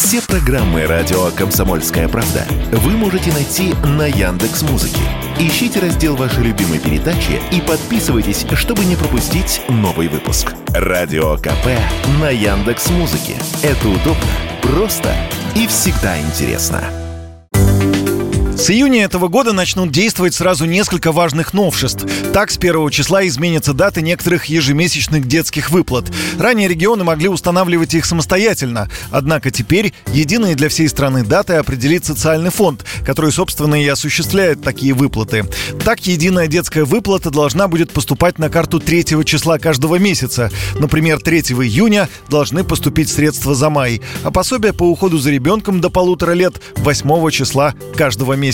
Все программы радио «Комсомольская правда» вы можете найти на Яндекс.Музыке. Ищите раздел вашей любимой передачи и подписывайтесь, чтобы не пропустить новый выпуск. Радио КП на Яндекс.Музыке. Это удобно, просто и всегда интересно. С июня этого года начнут действовать сразу несколько важных новшеств. Так, с 1 числа изменятся даты некоторых ежемесячных детских выплат. Ранее регионы могли устанавливать их самостоятельно. Однако теперь единые для всей страны даты определит социальный фонд, который, собственно, и осуществляет такие выплаты. Так, единая детская выплата должна будет поступать на карту 3 числа каждого месяца. Например, 3 июня должны поступить средства за май, а пособие по уходу за ребенком до 1,5 лет 8 числа каждого месяца.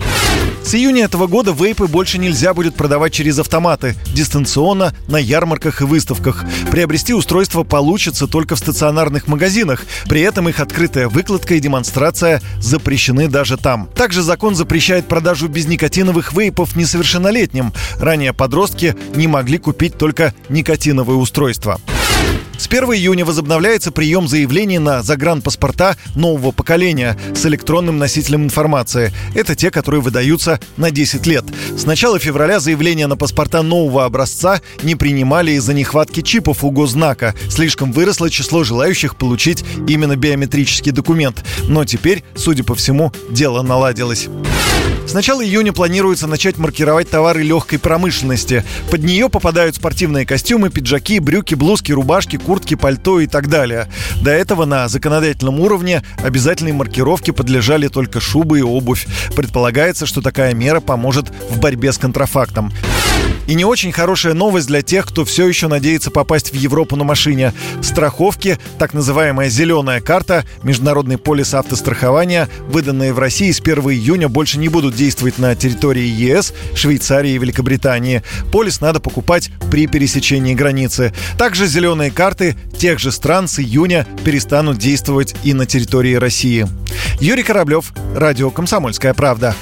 С июня этого года вейпы больше нельзя будет продавать через автоматы, дистанционно, на ярмарках и выставках. Приобрести устройство получится только в стационарных магазинах. При этом их открытая выкладка и демонстрация запрещены даже там. Также закон запрещает продажу безникотиновых вейпов несовершеннолетним. Ранее подростки не могли купить только никотиновые устройства. С 1 июня возобновляется прием заявлений на загранпаспорта нового поколения с электронным носителем информации. Это те, которые выдаются на 10 лет. С начала февраля заявления на паспорта нового образца не принимали из-за нехватки чипов у госзнака. Слишком выросло число желающих получить именно биометрический документ. Но теперь, судя по всему, дело наладилось. С начала июня планируется начать маркировать товары легкой промышленности. Под нее попадают спортивные костюмы, пиджаки, брюки, блузки, рубашки, куртки, пальто и так далее. До этого на законодательном уровне обязательной маркировке подлежали только шубы и обувь. Предполагается, что такая мера поможет в борьбе с контрафактом. И не очень хорошая новость для тех, кто все еще надеется попасть в Европу на машине. Страховки, так называемая «зеленая карта», международный полис автострахования, выданные в России с 1 июня, больше не будут действовать на территории ЕС, Швейцарии и Великобритании. Полис надо покупать при пересечении границы. Также зеленые карты тех же стран с июня перестанут действовать и на территории России. Юрий Кораблев, радио «Комсомольская правда».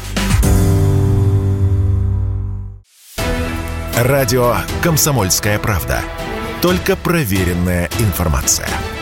Радио «Комсомольская правда». Только проверенная информация.